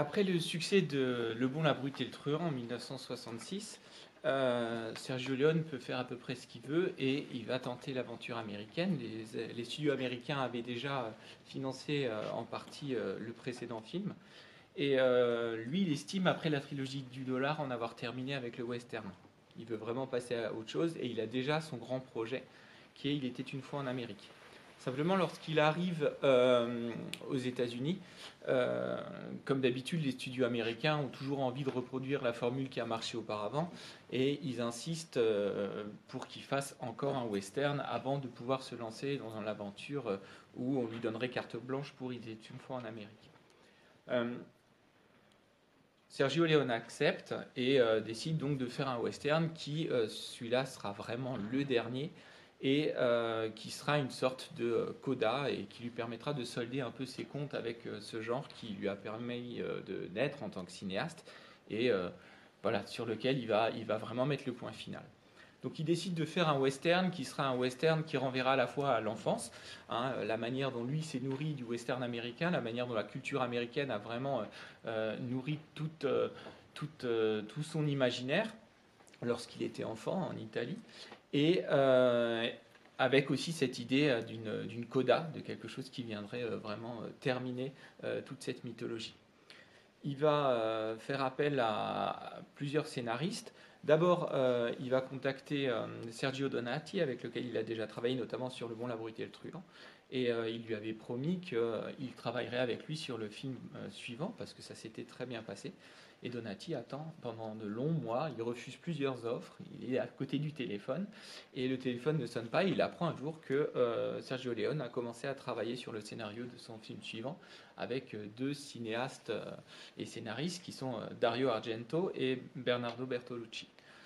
Après le succès de Le Bon, la Brute et le Truand en 1966, Sergio Leone peut faire à peu près ce qu'il veut et il va tenter l'aventure américaine. Les studios américains avaient déjà financé en partie le précédent film. Et lui, il estime, après la trilogie du dollar, en avoir terminé avec le western. Il veut vraiment passer à autre chose et il a déjà son grand projet qui est Il était une fois en Amérique. Simplement, lorsqu'il arrive aux États-Unis, euh, comme d'habitude, les studios américains ont toujours envie de reproduire la formule qui a marché auparavant et ils insistent pour qu'il fasse encore un western avant de pouvoir se lancer dans une aventure où on lui donnerait carte blanche pour Il était une fois en Amérique. Euh, Sergio Leone accepte et décide donc de faire un western qui, celui-là, sera vraiment le dernier et qui sera une sorte de coda et qui lui permettra de solder un peu ses comptes avec ce genre qui lui a permis de naître en tant que cinéaste et voilà, sur lequel il va vraiment mettre le point final. Donc il décide de faire un western qui sera un western qui renverra à la fois à l'enfance, hein, la manière dont lui s'est nourri du western américain, la manière dont la culture américaine a vraiment nourri tout son imaginaire lorsqu'il était enfant en Italie, et avec aussi cette idée d'une coda, de quelque chose qui viendrait vraiment terminer toute cette mythologie. Il va faire appel à plusieurs scénaristes. D'abord, il va contacter Sergio Donati, avec lequel il a déjà travaillé, notamment sur Le Bon, la Brute et le Truand. Et il lui avait promis qu'il travaillerait avec lui sur le film suivant, parce que ça s'était très bien passé. Et Donati attend pendant de longs mois, il refuse plusieurs offres, il est à côté du téléphone, et le téléphone ne sonne pas, et il apprend un jour que Sergio Leone a commencé à travailler sur le scénario de son film suivant, avec deux cinéastes et scénaristes qui sont Dario Argento et Bernardo Bertolucci.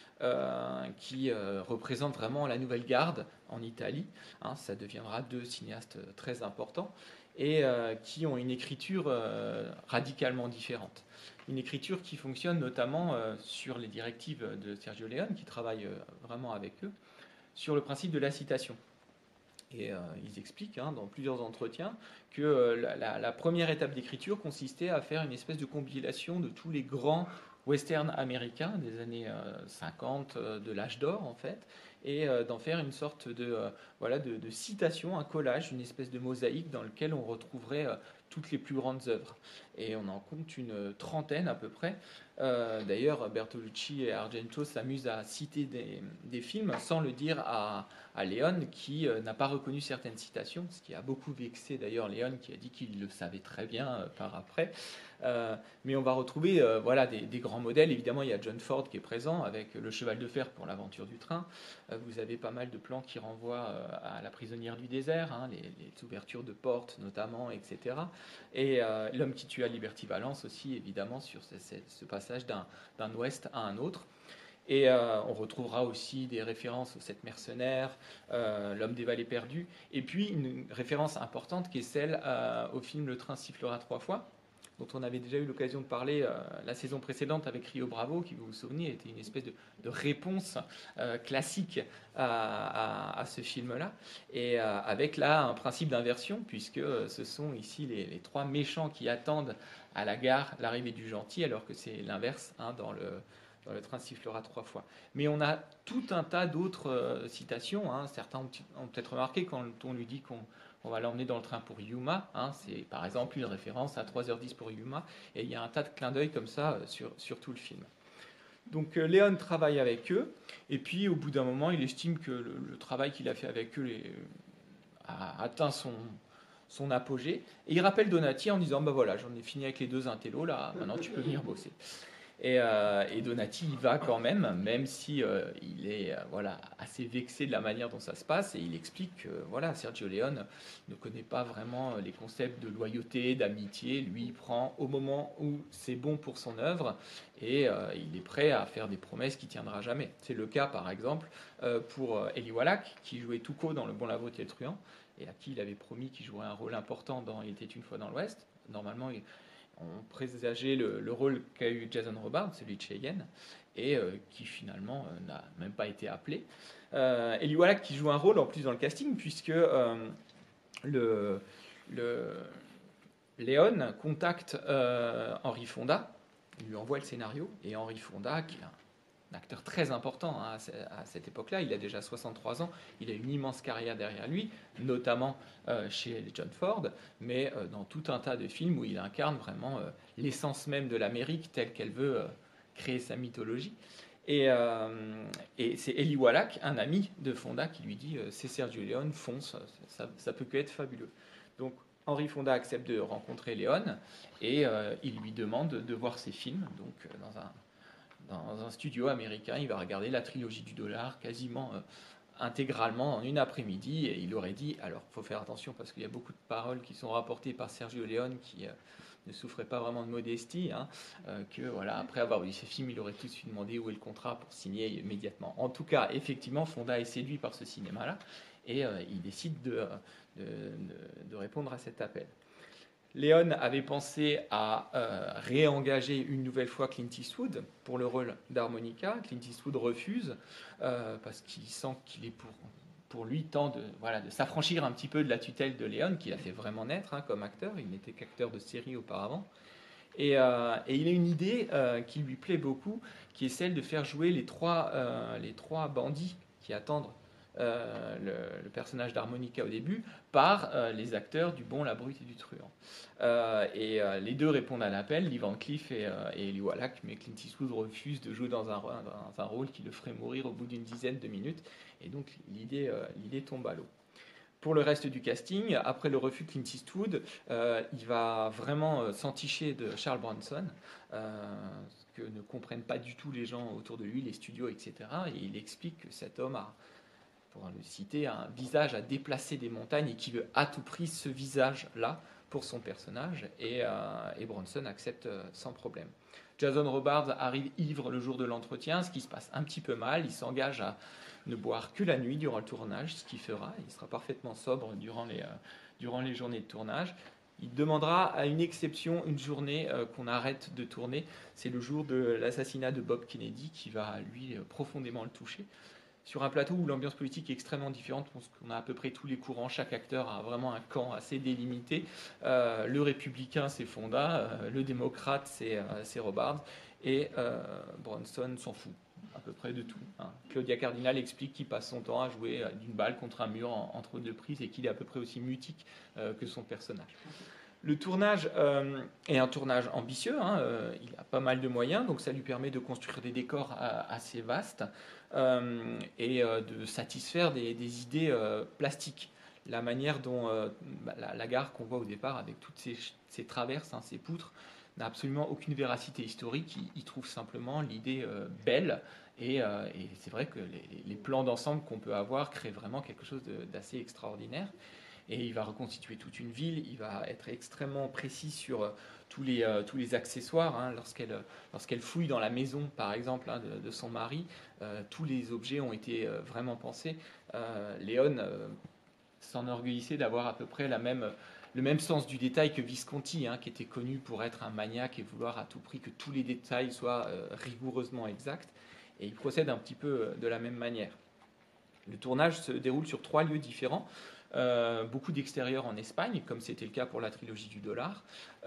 Qui représentent vraiment la nouvelle garde en Italie. Hein, ça deviendra deux cinéastes très importants et qui ont une écriture radicalement différente. Une écriture qui fonctionne notamment sur les directives de Sergio Leone, qui travaille vraiment avec eux, sur le principe de la citation. Et ils expliquent dans plusieurs entretiens que la première étape d'écriture consistait à faire une espèce de compilation de tous les grands westerns américains des années 50, de l'âge d'or en fait, et d'en faire une sorte voilà, de citation, un collage, une espèce de mosaïque dans lequel on retrouverait toutes les plus grandes œuvres. Et on en compte une trentaine à peu près. D'ailleurs, Bertolucci et Argento s'amusent à citer des films sans le dire à Léon qui n'a pas reconnu certaines citations, ce qui a beaucoup vexé d'ailleurs Léon qui a dit qu'il le savait très bien par après. Mais on va retrouver voilà, des grands modèles. Évidemment, il y a John Ford qui est présent avec le cheval de fer pour l'aventure du train. Vous avez pas mal de plans qui renvoient à la prisonnière du désert, hein, les ouvertures de portes notamment, etc. Et l'homme qui tue à Liberty Valance aussi, évidemment, sur ce passage d'un ouest à un autre. Et on retrouvera aussi des références aux sept mercenaires, l'homme des vallées perdues, et puis une référence importante qui est celle au film Le train sifflera trois fois, dont on avait déjà eu l'occasion de parler la saison précédente avec Rio Bravo, qui, vous vous souvenez, était une espèce de réponse classique à ce film-là, et avec là un principe d'inversion, puisque ce sont ici les trois méchants qui attendent à la gare l'arrivée du gentil, alors que c'est l'inverse dans le train sifflera trois fois. Mais on a tout un tas d'autres citations. Hein. Certains ont peut-être remarqué quand on lui dit qu'on va l'emmener dans le train pour Yuma. Hein. C'est par exemple une référence à 3h10 pour Yuma. Et il y a un tas de clins d'œil comme ça sur tout le film. Donc Léon travaille avec eux. Et puis au bout d'un moment, il estime que le travail qu'il a fait avec eux a atteint son apogée. Et il rappelle Donati en disant, bah voilà, j'en ai fini avec les deux intellos, là, maintenant tu peux venir bosser. Et Donati y va quand même si il est voilà, assez vexé de la manière dont ça se passe. Et il explique que voilà, Sergio Leone ne connaît pas vraiment les concepts de loyauté, d'amitié. Lui, il prend au moment où c'est bon pour son œuvre et il est prêt à faire des promesses qu'il tiendra jamais. C'est le cas, par exemple, pour Eli Wallach, qui jouait Tuco dans Le Bon, la Brute et le Truand, et à qui il avait promis qu'il jouerait un rôle important dans Il était une fois dans l'Ouest. Normalement, on présageait le rôle qu'a eu Jason Robards, celui de Cheyenne, et qui finalement n'a même pas été appelé. Eli Wallach qui joue un rôle en plus dans le casting, puisque le, Léon contacte Henry Fonda, il lui envoie le scénario, et Henry Fonda, qui est un acteur très important à cette époque-là, il a déjà 63 ans, il a une immense carrière derrière lui, notamment chez John Ford, mais dans tout un tas de films où il incarne vraiment l'essence même de l'Amérique telle qu'elle veut créer sa mythologie. Et c'est Eli Wallach, un ami de Fonda, qui lui dit c'est Sergio Leone, fonce, ça peut que être fabuleux. Donc Henry Fonda accepte de rencontrer Leone et il lui demande de voir ses films. Donc dans un studio américain, il va regarder la trilogie du dollar quasiment intégralement en une après-midi. Et il aurait dit, alors il faut faire attention parce qu'il y a beaucoup de paroles qui sont rapportées par Sergio Leone qui ne souffrait pas vraiment de modestie, que voilà, après avoir vu ces films, il aurait tout de suite demandé où est le contrat pour signer immédiatement. En tout cas, effectivement, Fonda est séduit par ce cinéma-là et il décide de répondre à cet appel. Léon avait pensé à réengager une nouvelle fois Clint Eastwood pour le rôle d'harmonica. Clint Eastwood refuse parce qu'il sent qu'il est pour lui temps de s'affranchir un petit peu de la tutelle de Léon, qu'il a fait vraiment naître comme acteur. Il n'était qu'acteur de série auparavant. Et il a une idée qui lui plaît beaucoup, qui est celle de faire jouer les trois bandits qui attendent le personnage d'harmonica au début par les acteurs du Bon, la Brute et du Truand. Les deux répondent à l'appel, Lee Van Cleef et Eli Wallach, mais Clint Eastwood refuse de jouer dans un rôle qui le ferait mourir au bout d'une dizaine de minutes, et donc l'idée tombe à l'eau. Pour le reste du casting, après le refus de Clint Eastwood, il va vraiment s'enticher de Charles Bronson, ce que ne comprennent pas du tout les gens autour de lui, les studios, etc. Et il explique que cet homme a, pour le citer, un visage à déplacer des montagnes et qui veut à tout prix ce visage-là pour son personnage. Et Bronson accepte sans problème. Jason Robards arrive ivre le jour de l'entretien, ce qui se passe un petit peu mal. Il s'engage à ne boire que la nuit durant le tournage, ce qu'il fera. Il sera parfaitement sobre durant les journées de tournage. Il demandera à une exception une journée qu'on arrête de tourner. C'est le jour de l'assassinat de Bob Kennedy qui va, lui, profondément le toucher. Sur un plateau où l'ambiance politique est extrêmement différente, parce qu'on a à peu près tous les courants, chaque acteur a vraiment un camp assez délimité. Le républicain, c'est Fonda, le démocrate, c'est Robards, et Bronson s'en fout à peu près de tout. Claudia Cardinal explique qu'il passe son temps à jouer d'une balle contre un mur entre deux prises et qu'il est à peu près aussi mutique que son personnage. Le tournage est un tournage ambitieux, il a pas mal de moyens, donc ça lui permet de construire des décors assez vastes et de satisfaire des idées plastiques. La manière dont la gare qu'on voit au départ avec toutes ces traverses, ces poutres, n'a absolument aucune véracité historique. Il trouve simplement l'idée belle et c'est vrai que les plans d'ensemble qu'on peut avoir créent vraiment quelque chose d'assez extraordinaire. Et il va reconstituer toute une ville, il va être extrêmement précis sur tous les accessoires. Lorsqu'elle fouille dans la maison, par exemple, de son mari, tous les objets ont été vraiment pensés. Léon s'enorgueillissait d'avoir à peu près le même sens du détail que Visconti, qui était connu pour être un maniaque et vouloir à tout prix que tous les détails soient rigoureusement exacts. Et il procède un petit peu de la même manière. Le tournage se déroule sur 3 lieux différents. Beaucoup d'extérieurs en Espagne, comme c'était le cas pour la trilogie du dollar,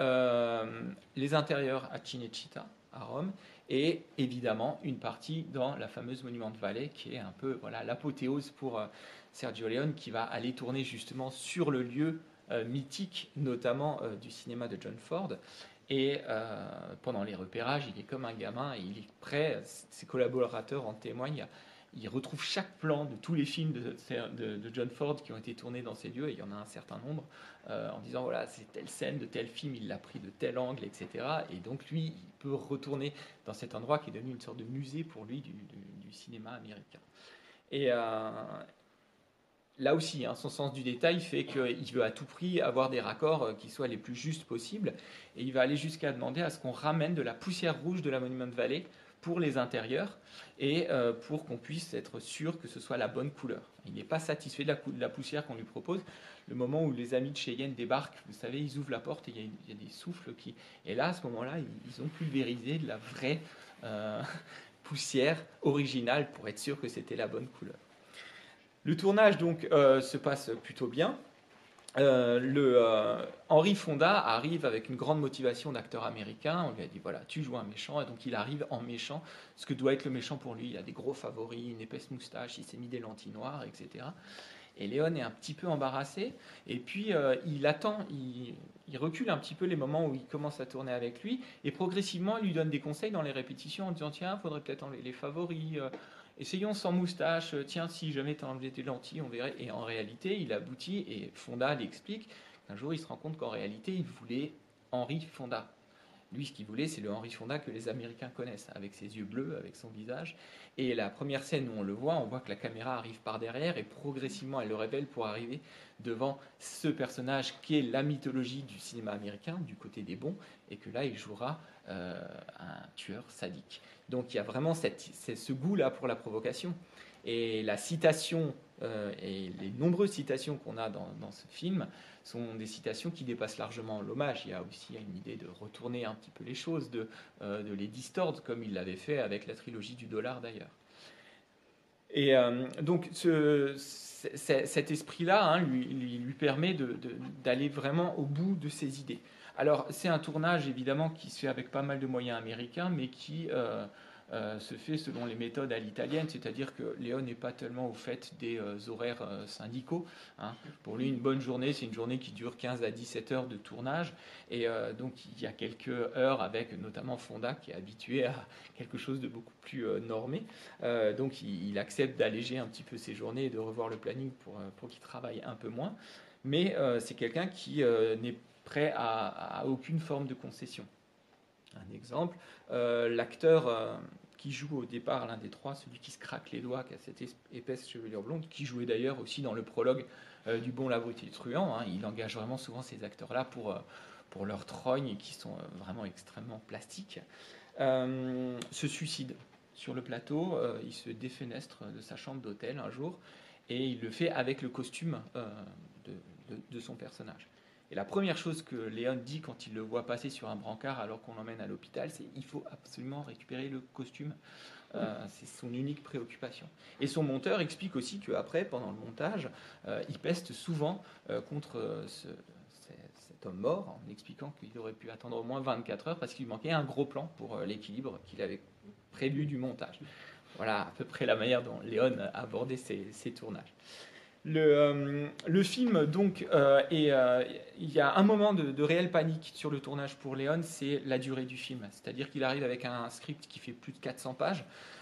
les intérieurs à Cinecittà, à Rome, et évidemment une partie dans la fameuse Monument Valley, qui est un peu l'apothéose pour Sergio Leone, qui va aller tourner justement sur le lieu mythique, notamment du cinéma de John Ford. Et pendant les repérages, il est comme un gamin, et il est prêt, ses collaborateurs en témoignent. Il retrouve chaque plan de tous les films de John Ford qui ont été tournés dans ces lieux, et il y en a un certain nombre, en disant voilà, c'est telle scène de tel film, il l'a pris de tel angle, etc. Et donc lui, il peut retourner dans cet endroit qui est devenu une sorte de musée pour lui du cinéma américain. Et là aussi, son sens du détail fait qu'il veut à tout prix avoir des raccords qui soient les plus justes possibles, et il va aller jusqu'à demander à ce qu'on ramène de la poussière rouge de la Monument Valley pour les intérieurs et pour qu'on puisse être sûr que ce soit la bonne couleur. Il n'est pas satisfait de la poussière qu'on lui propose. Le moment où les amis de Cheyenne débarquent, vous savez, ils ouvrent la porte et il y a des souffles qui... Et là, à ce moment-là, ils ont pulvérisé de la vraie poussière originale pour être sûr que c'était la bonne couleur. Le tournage, donc, se passe plutôt bien. Henry Fonda arrive avec une grande motivation d'acteur américain. On lui a dit voilà, tu joues un méchant, et donc il arrive en méchant, ce que doit être le méchant pour lui. Il a des gros favoris, une épaisse moustache, il s'est mis des lentilles noires, etc. Et Léon est un petit peu embarrassé, et puis il attend, il recule un petit peu les moments où il commence à tourner avec lui, et progressivement il lui donne des conseils dans les répétitions en disant tiens, il faudrait peut-être enlever les favoris. Essayons sans moustache, tiens, si jamais tu as enlevé tes lentilles, on verrait. Et en réalité, il aboutit, et Fonda l'explique, qu'un jour il se rend compte qu'en réalité, il voulait Henry Fonda. Lui, ce qu'il voulait, c'est le Henry Fonda que les Américains connaissent, avec ses yeux bleus, avec son visage. Et la première scène où on voit que la caméra arrive par derrière, et progressivement, elle le révèle pour arriver devant ce personnage qui est la mythologie du cinéma américain, du côté des bons, et que là, il jouera un tueur sadique. Donc il y a vraiment ce goût-là pour la provocation. Et la citation, et les nombreuses citations qu'on a dans ce film, sont des citations qui dépassent largement l'hommage. Il y a aussi une idée de retourner un petit peu les choses, de les distordre, comme il l'avait fait avec la trilogie du dollar d'ailleurs. Et donc cet esprit-là lui permet d'aller vraiment au bout de ses idées. Alors c'est un tournage évidemment qui se fait avec pas mal de moyens américains, mais qui se fait selon les méthodes à l'italienne, c'est-à-dire que Léon n'est pas tellement au fait des horaires syndicaux. Hein. Pour lui, une bonne journée, c'est une journée qui dure 15 à 17 heures de tournage, et donc il y a quelques heures avec notamment Fonda qui est habitué à quelque chose de beaucoup plus normé. Donc il accepte d'alléger un petit peu ses journées et de revoir le planning pour qu'il travaille un peu moins, mais c'est quelqu'un qui n'est prêt à aucune forme de concession. Un exemple, l'acteur qui joue au départ l'un des trois, celui qui se craque les doigts, qui a cette épaisse chevelure blonde, qui jouait d'ailleurs aussi dans le prologue du Bon, l'Abruti et le Truand. Hein, il engage vraiment souvent ces acteurs-là pour leurs trognes qui sont vraiment extrêmement plastiques. Se suicide sur le plateau, il se défenestre de sa chambre d'hôtel un jour, et il le fait avec le costume de son personnage. Et la première chose que Léon dit quand il le voit passer sur un brancard alors qu'on l'emmène à l'hôpital, c'est il faut absolument récupérer le costume. C'est son unique préoccupation. Et son monteur explique aussi qu'après, pendant le montage, il peste souvent contre cet homme mort, en expliquant qu'il aurait pu attendre au moins 24 heures parce qu'il manquait un gros plan pour l'équilibre qu'il avait prévu du montage. Voilà à peu près la manière dont Léon a abordé ses tournages. Le film, donc, il y a un moment de réelle panique sur le tournage pour Léon, c'est la durée du film. C'est-à-dire qu'il arrive avec un script qui fait plus de 400 pages,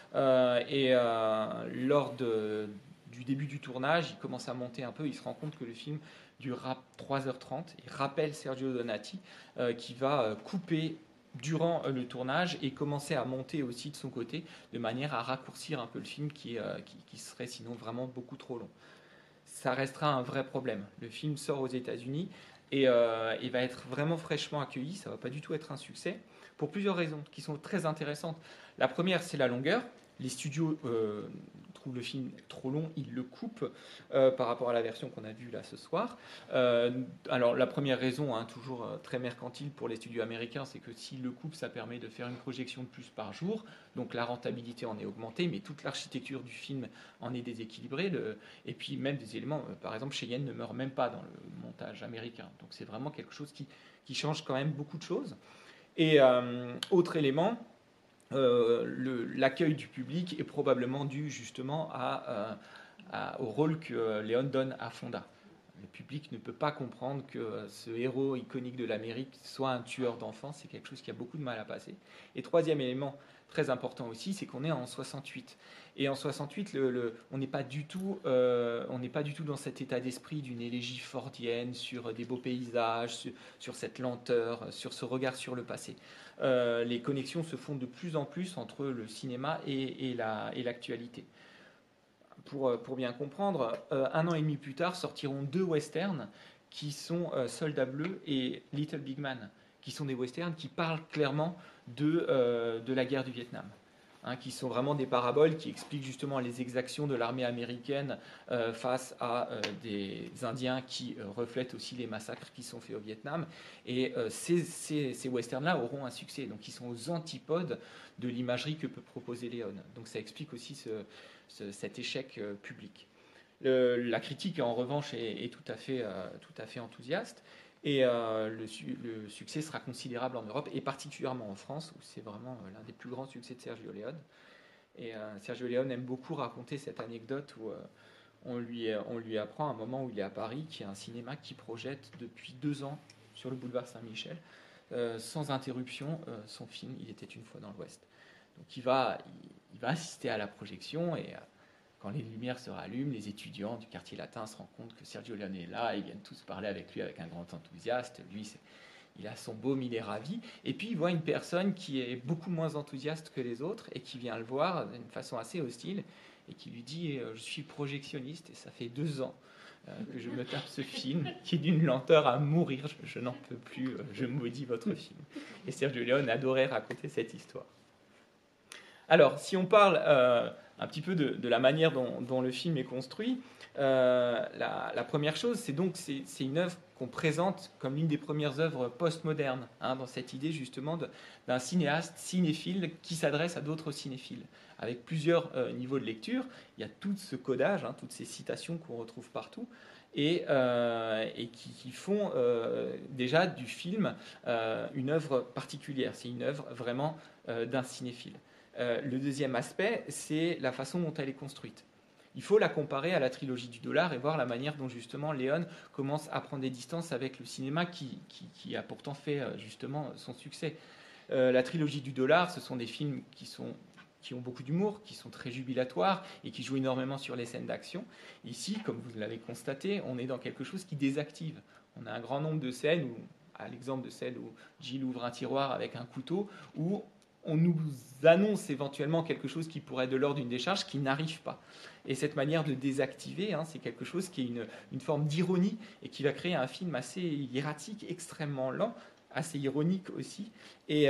lors du début du tournage, il commence à monter un peu, il se rend compte que le film durera 3h30. Il rappelle Sergio Donati, qui va couper durant le tournage et commencer à monter aussi de son côté, de manière à raccourcir un peu le film qui serait sinon vraiment beaucoup trop long. Ça restera un vrai problème. Le film sort aux États-Unis et va être vraiment fraîchement accueilli. Ça ne va pas du tout être un succès pour plusieurs raisons qui sont très intéressantes. La première, c'est la longueur. Les studios trouvent le film trop long, ils le coupent par rapport à la version qu'on a vue là ce soir. Alors la première raison, hein, toujours très mercantile pour les studios américains, c'est que s'ils le coupent, ça permet de faire une projection de plus par jour, donc la rentabilité en est augmentée, mais toute l'architecture du film en est déséquilibrée. Et puis même des éléments, par exemple Cheyenne ne meurt même pas dans le montage américain, donc c'est vraiment quelque chose qui change quand même beaucoup de choses. Et autre élément, l'accueil du public est probablement dû justement au rôle que Léon donne à Fonda. Le public ne peut pas comprendre que ce héros iconique de l'Amérique soit un tueur d'enfants, c'est quelque chose qui a beaucoup de mal à passer. Et troisième élément très important aussi, c'est qu'on est en 68. Et en 68, on n'est pas du tout dans cet état d'esprit d'une élégie fordienne sur des beaux paysages, sur cette lenteur, sur ce regard sur le passé. Les connexions se font de plus en plus entre le cinéma et l'actualité. Pour bien comprendre, 1 an et demi plus tard sortiront 2 westerns qui sont Soldat Bleu et Little Big Man, qui sont des westerns qui parlent clairement de la guerre du Vietnam. Hein, qui sont vraiment des paraboles qui expliquent justement les exactions de l'armée américaine face à des Indiens qui reflètent aussi les massacres qui sont faits au Vietnam. Et ces westerns-là auront un succès. Donc ils sont aux antipodes de l'imagerie que peut proposer Léon. Donc ça explique aussi cet échec public. La critique, en revanche, est tout à fait enthousiaste. Et le succès sera considérable en Europe, et particulièrement en France, où c'est vraiment l'un des plus grands succès de Sergio Leone. Et Sergio Leone aime beaucoup raconter cette anecdote où on lui apprend à un moment où il est à Paris qu'il y a un cinéma qui projette depuis 2 ans sur le boulevard Saint-Michel, sans interruption, son film « Il était une fois dans l'Ouest ». Donc il va assister à la projection, et quand les lumières se rallument, les étudiants du quartier latin se rendent compte que Sergio Leone est là, ils viennent tous parler avec lui avec un grand enthousiasme. Lui, il a son baume, il est ravi. Et puis il voit une personne qui est beaucoup moins enthousiaste que les autres et qui vient le voir d'une façon assez hostile et qui lui dit « Je suis projectionniste et ça fait 2 ans que je me tape ce film qui est d'une lenteur à mourir, je n'en peux plus, je maudis votre film. » Et Sergio Leone adorait raconter cette histoire. Alors, si on parle un petit peu de la manière dont le film est construit, la première chose, c'est une œuvre qu'on présente comme l'une des premières œuvres postmodernes, dans cette idée justement d'un cinéaste cinéphile qui s'adresse à d'autres cinéphiles, avec plusieurs niveaux de lecture. Il y a tout ce codage, toutes ces citations qu'on retrouve partout, et qui font déjà du film une œuvre particulière. C'est une œuvre vraiment d'un cinéphile. Le deuxième aspect, c'est la façon dont elle est construite. Il faut la comparer à la trilogie du dollar et voir la manière dont justement Leone commence à prendre des distances avec le cinéma qui a pourtant fait justement son succès. La trilogie du dollar, ce sont des films qui ont beaucoup d'humour, qui sont très jubilatoires et qui jouent énormément sur les scènes d'action. Ici, comme vous l'avez constaté, on est dans quelque chose qui désactive. On a un grand nombre de scènes, à l'exemple de celle où Jill ouvre un tiroir avec un couteau, où on nous annonce éventuellement quelque chose qui pourrait être de l'ordre d'une décharge qui n'arrive pas. Et cette manière de désactiver, c'est quelque chose qui est une forme d'ironie et qui va créer un film assez hiératique, extrêmement lent, assez ironique aussi, et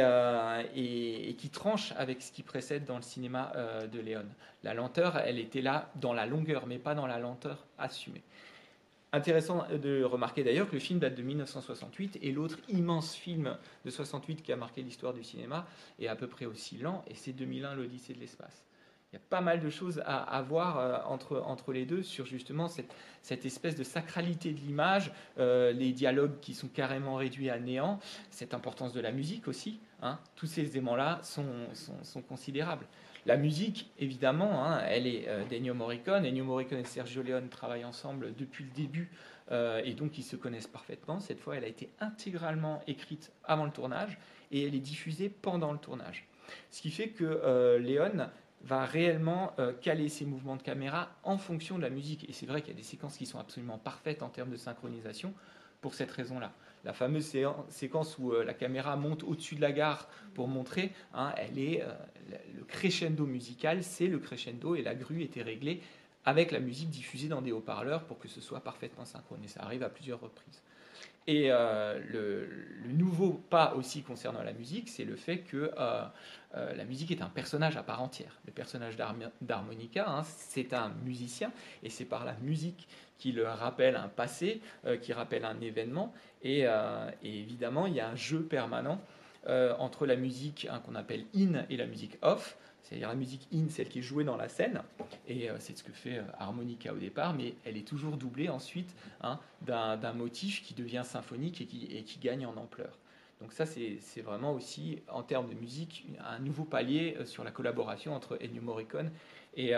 qui tranche avec ce qui précède dans le cinéma de Leone. La lenteur, elle était là dans la longueur, mais pas dans la lenteur assumée. Intéressant de remarquer d'ailleurs que le film date de 1968 et l'autre immense film de 68 qui a marqué l'histoire du cinéma est à peu près aussi lent, et c'est 2001, l'Odyssée de l'espace. Il y a pas mal de choses à voir entre les deux sur justement cette espèce de sacralité de l'image, les dialogues qui sont carrément réduits à néant, cette importance de la musique aussi. Tous ces éléments-là sont considérables. La musique, évidemment, elle est d'Ennio Morricone. Ennio Morricone et Sergio Leone travaillent ensemble depuis le début, et donc ils se connaissent parfaitement. Cette fois, elle a été intégralement écrite avant le tournage et elle est diffusée pendant le tournage. Ce qui fait que Leone va réellement caler ses mouvements de caméra en fonction de la musique. Et c'est vrai qu'il y a des séquences qui sont absolument parfaites en termes de synchronisation pour cette raison-là. La fameuse séquence où la caméra monte au-dessus de la gare pour montrer, elle est le crescendo musical, c'est le crescendo, et la grue était réglée avec la musique diffusée dans des haut-parleurs pour que ce soit parfaitement synchroné. Ça arrive à plusieurs reprises. Et le nouveau pas aussi concernant la musique, c'est le fait que la musique est un personnage à part entière. Le personnage d'harmonica, c'est un musicien, et c'est par la musique qu'il rappelle un passé, qui rappelle un événement, et évidemment, il y a un jeu permanent entre la musique qu'on appelle in et la musique off. C'est-à-dire la musique in, celle qui est jouée dans la scène, et c'est ce que fait Harmonica au départ, mais elle est toujours doublée ensuite d'un motif qui devient symphonique et qui gagne en ampleur. Donc ça, c'est vraiment aussi, en termes de musique, un nouveau palier sur la collaboration entre Ennio Morricone et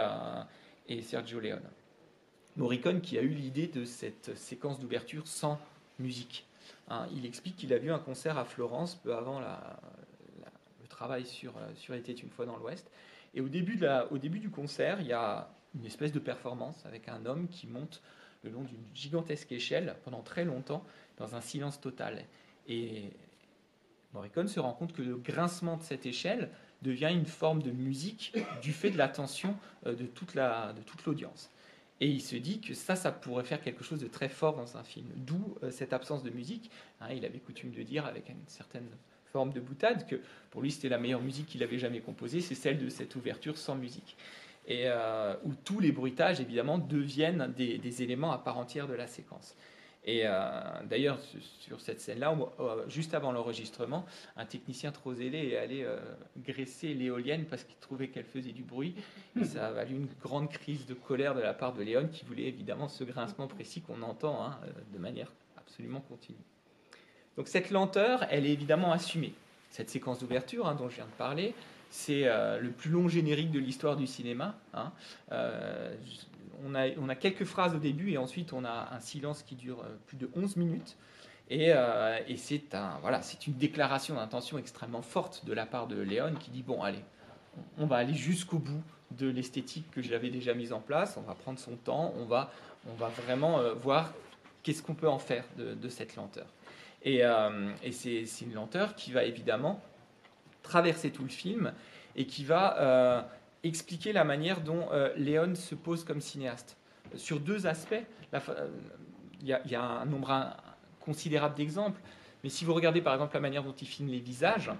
Sergio Leone. Morricone qui a eu l'idée de cette séquence d'ouverture sans musique. Il explique qu'il a vu un concert à Florence peu avant le travail sur Était une fois dans l'Ouest. Et au début du concert, il y a une espèce de performance avec un homme qui monte le long d'une gigantesque échelle pendant très longtemps dans un silence total. Et Morricone se rend compte que le grincement de cette échelle devient une forme de musique du fait de l'attention de toute l'audience. Et il se dit que ça pourrait faire quelque chose de très fort dans un film. D'où cette absence de musique. Il avait coutume de dire, avec une certaine forme de boutade, que pour lui c'était la meilleure musique qu'il avait jamais composée, c'est celle de cette ouverture sans musique. Et où tous les bruitages, évidemment, deviennent des éléments à part entière de la séquence. Et d'ailleurs, sur cette scène-là, juste avant l'enregistrement, un technicien trop zélé est allé graisser l'éolienne parce qu'il trouvait qu'elle faisait du bruit. Et ça a valu une grande crise de colère de la part de Léon, qui voulait évidemment ce grincement précis qu'on entend de manière absolument continue. Donc cette lenteur, elle est évidemment assumée. Cette séquence d'ouverture dont je viens de parler, c'est le plus long générique de l'histoire du cinéma. On a quelques phrases au début et ensuite on a un silence qui dure plus de 11 minutes. Et c'est une déclaration d'intention extrêmement forte de la part de Léon qui dit bon, allez, on va aller jusqu'au bout de l'esthétique que j'avais déjà mise en place, on va prendre son temps, on va vraiment voir qu'est-ce qu'on peut en faire de cette lenteur. Et c'est une lenteur qui va évidemment traverser tout le film et qui va expliquer la manière dont Léon se pose comme cinéaste. Sur deux aspects, il y a un nombre considérable d'exemples, mais si vous regardez par exemple la manière dont il filme les visages,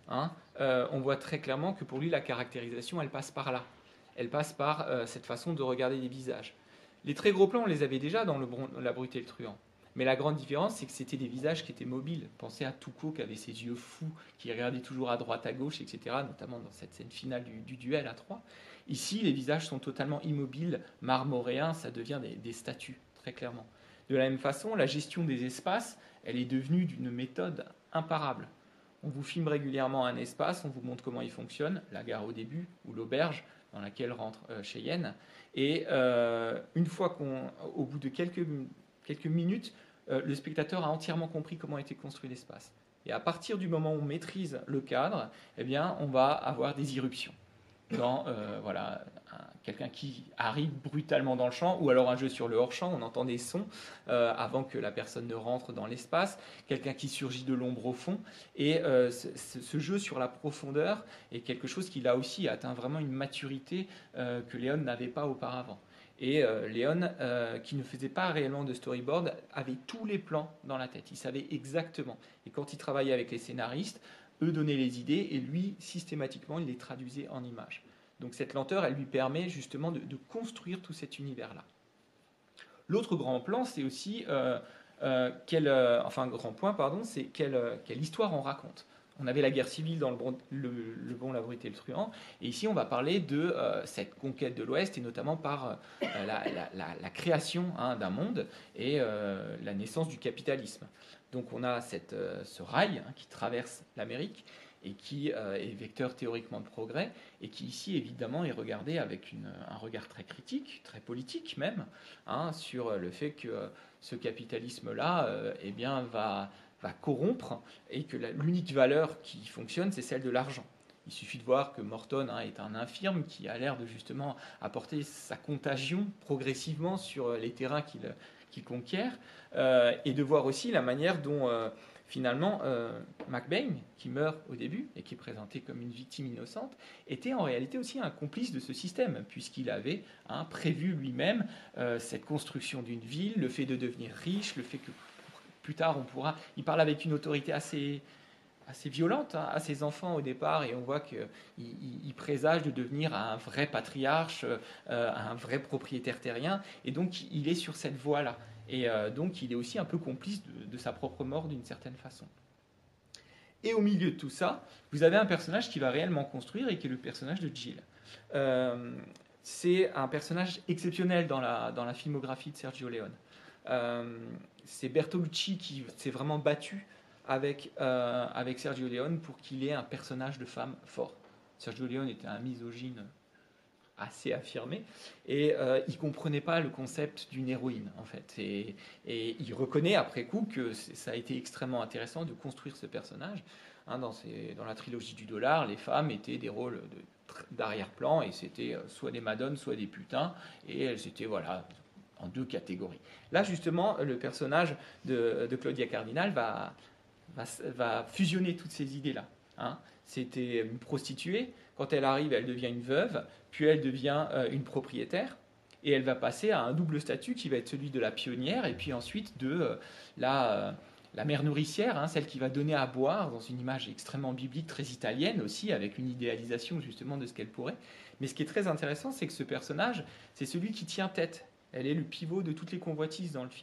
on voit très clairement que pour lui la caractérisation elle passe par là. Elle passe par cette façon de regarder les visages. Les très gros plans on les avait déjà dans La Brute et le Truand. Mais la grande différence, c'est que c'était des visages qui étaient mobiles. Pensez à Tuco qui avait ses yeux fous, qui regardait toujours à droite, à gauche, etc., notamment dans cette scène finale du duel à trois. Ici, les visages sont totalement immobiles, marmoréens, ça devient des statues, très clairement. De la même façon, la gestion des espaces, elle est devenue d'une méthode imparable. On vous filme régulièrement un espace, on vous montre comment il fonctionne, la gare au début, ou l'auberge dans laquelle rentre Cheyenne. Et une fois au bout de quelques minutes, le spectateur a entièrement compris comment était construit l'espace. Et à partir du moment où on maîtrise le cadre, eh bien, on va avoir des irruptions. Dans quelqu'un qui arrive brutalement dans le champ, ou alors un jeu sur le hors-champ, on entend des sons avant que la personne ne rentre dans l'espace, quelqu'un qui surgit de l'ombre au fond, et ce jeu sur la profondeur est quelque chose qui là aussi atteint vraiment une maturité que Léon n'avait pas auparavant. Et Léon, qui ne faisait pas réellement de storyboard, avait tous les plans dans la tête. Il savait exactement. Et quand il travaillait avec les scénaristes, eux donnaient les idées et lui, systématiquement, il les traduisait en images. Donc cette lenteur, elle lui permet justement de construire tout cet univers-là. L'autre grand plan, c'est aussi grand point, pardon, c'est quelle histoire on raconte. On avait la guerre civile dans le Bon, la Brute et le Truand, et ici on va parler de cette conquête de l'Ouest, et notamment par la création d'un monde et la naissance du capitalisme. Donc on a ce rail qui traverse l'Amérique, et qui est vecteur théoriquement de progrès, et qui ici évidemment est regardé avec un regard très critique, très politique même, sur le fait que ce capitalisme-là va corrompre, et que l'unique valeur qui fonctionne, c'est celle de l'argent. Il suffit de voir que Morton est un infirme qui a l'air de justement apporter sa contagion progressivement sur les terrains qu'il conquiert, et de voir aussi la manière dont finalement McBain, qui meurt au début et qui est présenté comme une victime innocente, était en réalité aussi un complice de ce système, puisqu'il avait prévu lui-même cette construction d'une ville, le fait de devenir riche, le fait que plus tard il parle avec une autorité assez violente à ses enfants au départ, et on voit qu'il présage de devenir un vrai patriarche, un vrai propriétaire terrien, et donc il est sur cette voie-là. Et donc il est aussi un peu complice de sa propre mort d'une certaine façon. Et au milieu de tout ça, vous avez un personnage qui va réellement construire, et qui est le personnage de Jill. C'est un personnage exceptionnel dans la filmographie de Sergio Leone. C'est Bertolucci qui s'est vraiment battu avec Sergio Leone pour qu'il ait un personnage de femme fort. Sergio Leone était un misogyne assez affirmé, et il ne comprenait pas le concept d'une héroïne, en fait. Et il reconnaît après coup que ça a été extrêmement intéressant de construire ce personnage. Dans la trilogie du dollar, les femmes étaient des rôles d'arrière-plan, et c'était soit des madones, soit des putains, et elles étaient, en deux catégories. Là, justement, le personnage de Claudia Cardinal va fusionner toutes ces idées-là. C'était une prostituée. Quand elle arrive, elle devient une veuve, puis elle devient une propriétaire, et elle va passer à un double statut qui va être celui de la pionnière, et puis ensuite de la mère nourricière, celle qui va donner à boire, dans une image extrêmement biblique, très italienne aussi, avec une idéalisation justement de ce qu'elle pourrait. Mais ce qui est très intéressant, c'est que ce personnage, c'est celui qui tient tête. Elle est le pivot de toutes les convoitises dans le film.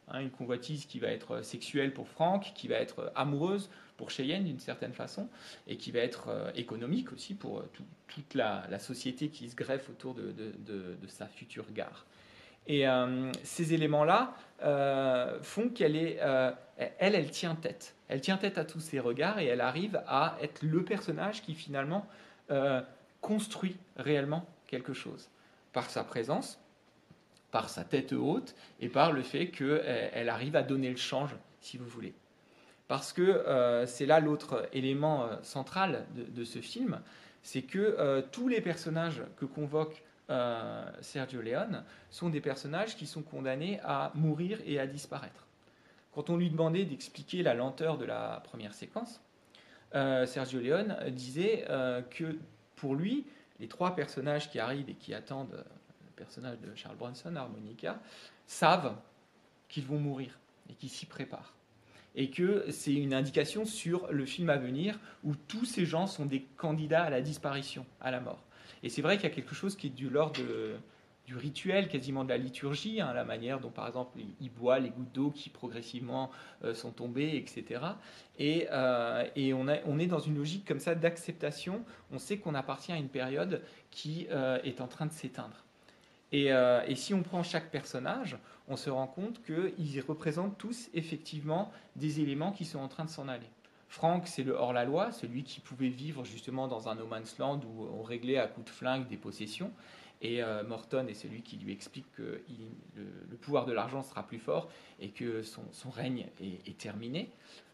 hein, une convoitise qui va être sexuelle pour Frank, qui va être amoureuse pour Cheyenne d'une certaine façon, et qui va être économique aussi pour toute la société qui se greffe autour de sa future gare. Et ces éléments-là font qu'elle elle tient tête. Elle tient tête à tous ces regards et elle arrive à être le personnage qui finalement construit réellement quelque chose par sa présence, par sa tête haute et par le fait qu'elle arrive à donner le change, si vous voulez. Parce que c'est là l'autre élément central de ce film, c'est que tous les personnages que convoque Sergio Leone sont des personnages qui sont condamnés à mourir et à disparaître. Quand on lui demandait d'expliquer la lenteur de la première séquence, Sergio Leone disait que pour lui, les 3 personnages qui arrivent et qui attendent le personnage de Charles Bronson, Harmonica, savent qu'ils vont mourir et qu'ils s'y préparent. Et que c'est une indication sur le film à venir où tous ces gens sont des candidats à la disparition, à la mort. Et c'est vrai qu'il y a quelque chose qui est de l'ordre du rituel, quasiment de la liturgie, hein, la manière dont, par exemple, il boit les gouttes d'eau qui progressivement sont tombées, etc. Et on est dans une logique comme ça d'acceptation. On sait qu'on appartient à une période qui est en train de s'éteindre. Et si on prend chaque personnage, on se rend compte qu'ils représentent tous effectivement des éléments qui sont en train de s'en aller. Frank, c'est le hors-la-loi, celui qui pouvait vivre justement dans un no man's land où on réglait à coups de flingue des possessions. Et Morton est celui qui lui explique que le pouvoir de l'argent sera plus fort et que son règne est terminé.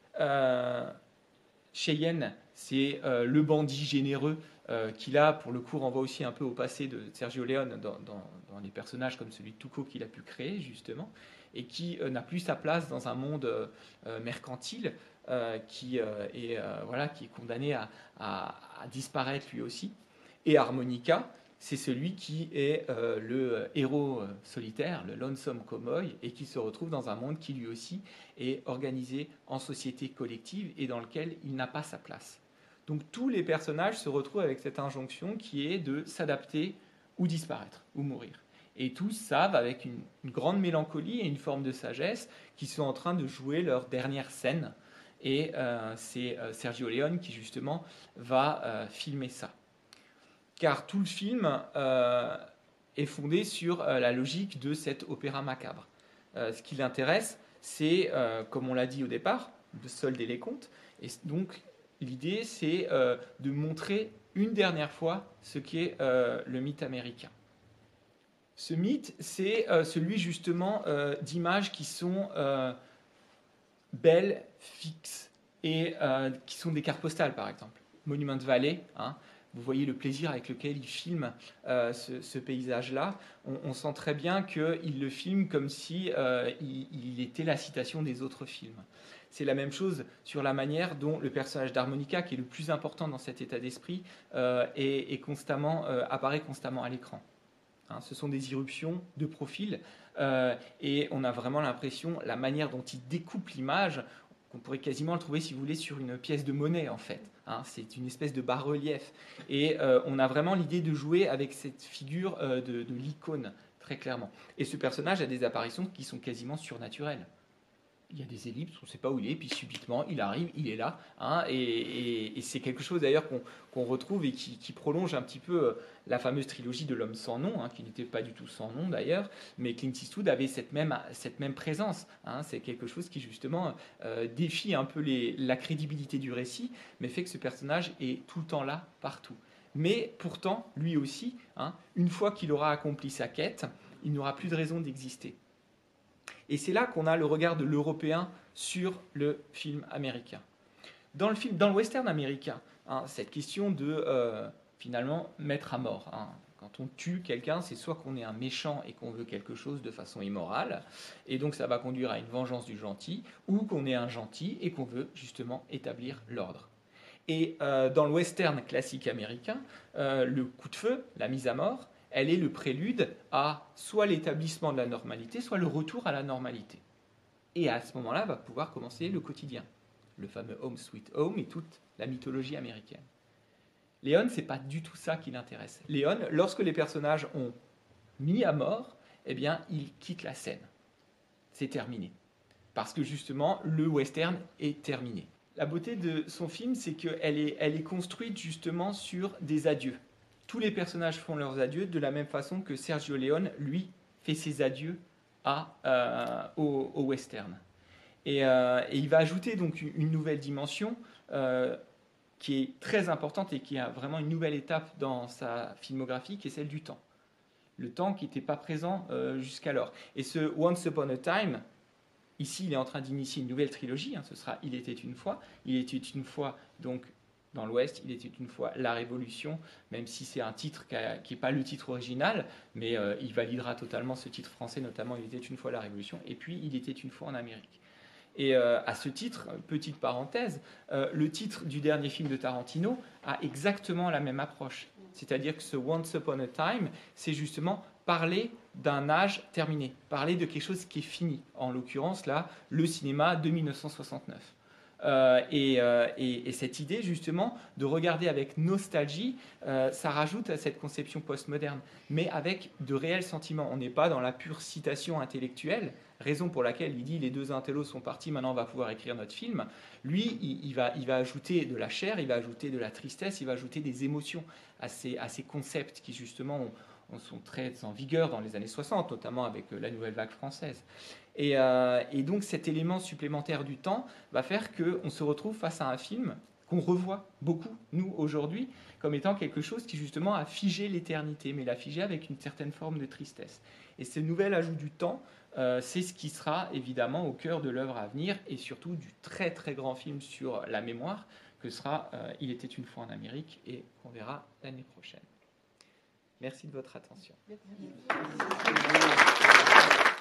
Cheyenne, c'est le bandit généreux qui là, pour le coup, renvoie aussi un peu au passé de Sergio Leone dans les personnages comme celui de Tuco qu'il a pu créer, justement, et qui n'a plus sa place dans un monde mercantile qui est condamné à disparaître lui aussi. Et Harmonica, c'est celui qui est le héros solitaire, le lonesome cowboy, et qui se retrouve dans un monde qui lui aussi est organisé en société collective et dans lequel il n'a pas sa place. Donc tous les personnages se retrouvent avec cette injonction qui est de s'adapter ou disparaître, ou mourir. Et tous savent, avec une grande mélancolie et une forme de sagesse, qu'ils sont en train de jouer leur dernière scène. Et c'est Sergio Leone qui justement va filmer ça. Car tout le film est fondé sur la logique de cet opéra macabre. Ce qui l'intéresse, c'est, comme on l'a dit au départ, de solder les comptes. Et donc, l'idée, c'est de montrer une dernière fois ce qu'est le mythe américain. Ce mythe, c'est celui justement d'images qui sont belles, fixes, et qui sont des cartes postales, par exemple. Monument Valley, hein, vous voyez le plaisir avec lequel il filme ce paysage-là. On sent très bien qu'il le filme comme si il était la citation des autres films. C'est la même chose sur la manière dont le personnage d'Harmonica, qui est le plus important dans cet état d'esprit, apparaît constamment à l'écran. Hein, ce sont des irruptions de profil et on a vraiment l'impression, la manière dont il découpe l'image, on pourrait quasiment le trouver, si vous voulez, sur une pièce de monnaie, en fait. Hein, c'est une espèce de bas-relief. Et on a vraiment l'idée de jouer avec cette figure de l'icône, très clairement. Et ce personnage a des apparitions qui sont quasiment surnaturelles. Il y a des ellipses, on ne sait pas où il est, puis subitement, il arrive, il est là. Hein, et c'est quelque chose d'ailleurs qu'on retrouve et qui prolonge un petit peu la fameuse trilogie de l'homme sans nom, hein, qui n'était pas du tout sans nom d'ailleurs, mais Clint Eastwood avait cette même présence. Hein, c'est quelque chose qui justement défie un peu la crédibilité du récit, mais fait que ce personnage est tout le temps là, partout. Mais pourtant, lui aussi, hein, une fois qu'il aura accompli sa quête, il n'aura plus de raison d'exister. Et c'est là qu'on a le regard de l'Européen sur le film américain. Dans le western américain, hein, cette question de finalement mettre à mort. Hein. Quand on tue quelqu'un, c'est soit qu'on est un méchant et qu'on veut quelque chose de façon immorale, et donc ça va conduire à une vengeance du gentil, ou qu'on est un gentil et qu'on veut justement établir l'ordre. Et dans le western classique américain, le coup de feu, la mise à mort, elle est le prélude à soit l'établissement de la normalité, soit le retour à la normalité. Et à ce moment-là, va pouvoir commencer le quotidien, le fameux Home Sweet Home et toute la mythologie américaine. Léon, c'est pas du tout ça qui l'intéresse. Léon, lorsque les personnages ont mis à mort, eh bien, il quitte la scène. C'est terminé. parce que justement, le western est terminé. La beauté de son film, c'est qu'elle est construite justement sur des adieux. Tous les personnages font leurs adieux de la même façon que Sergio Leone, lui, fait ses adieux au western. Et il va ajouter donc une nouvelle dimension qui est très importante et qui a vraiment une nouvelle étape dans sa filmographie, qui est celle du temps. Le temps qui n'était pas présent jusqu'alors. Et ce Once Upon a Time, ici, il est en train d'initier une nouvelle trilogie. Ce sera Il était une fois. Il était une fois, donc, dans l'Ouest. Il était une fois la Révolution, même si c'est un titre qui n'est pas le titre original, mais il validera totalement ce titre français, notamment Il était une fois la Révolution. Et puis, Il était une fois en Amérique. Et à ce titre, petite parenthèse, le titre du dernier film de Tarantino a exactement la même approche. C'est-à-dire que ce Once Upon a Time, c'est justement parler d'un âge terminé, parler de quelque chose qui est fini. En l'occurrence, là, le cinéma de 1969. Et cette idée, justement, de regarder avec nostalgie, ça rajoute à cette conception postmoderne, mais avec de réels sentiments. On n'est pas dans la pure citation intellectuelle, raison pour laquelle il dit les deux intellos sont partis, maintenant on va pouvoir écrire notre film. Lui, il va ajouter de la chair, il va ajouter de la tristesse, il va ajouter des émotions à ces concepts qui, justement, sont très en vigueur dans les années 60, notamment avec la nouvelle vague française. Et donc cet élément supplémentaire du temps va faire qu'on se retrouve face à un film qu'on revoit beaucoup, nous, aujourd'hui, comme étant quelque chose qui, justement, a figé l'éternité, mais l'a figé avec une certaine forme de tristesse. Et ce nouvel ajout du temps, c'est ce qui sera, évidemment, au cœur de l'œuvre à venir, et surtout du très, très grand film sur la mémoire, que sera Il était une fois en Amérique, et qu'on verra l'année prochaine. Merci de votre attention. Merci.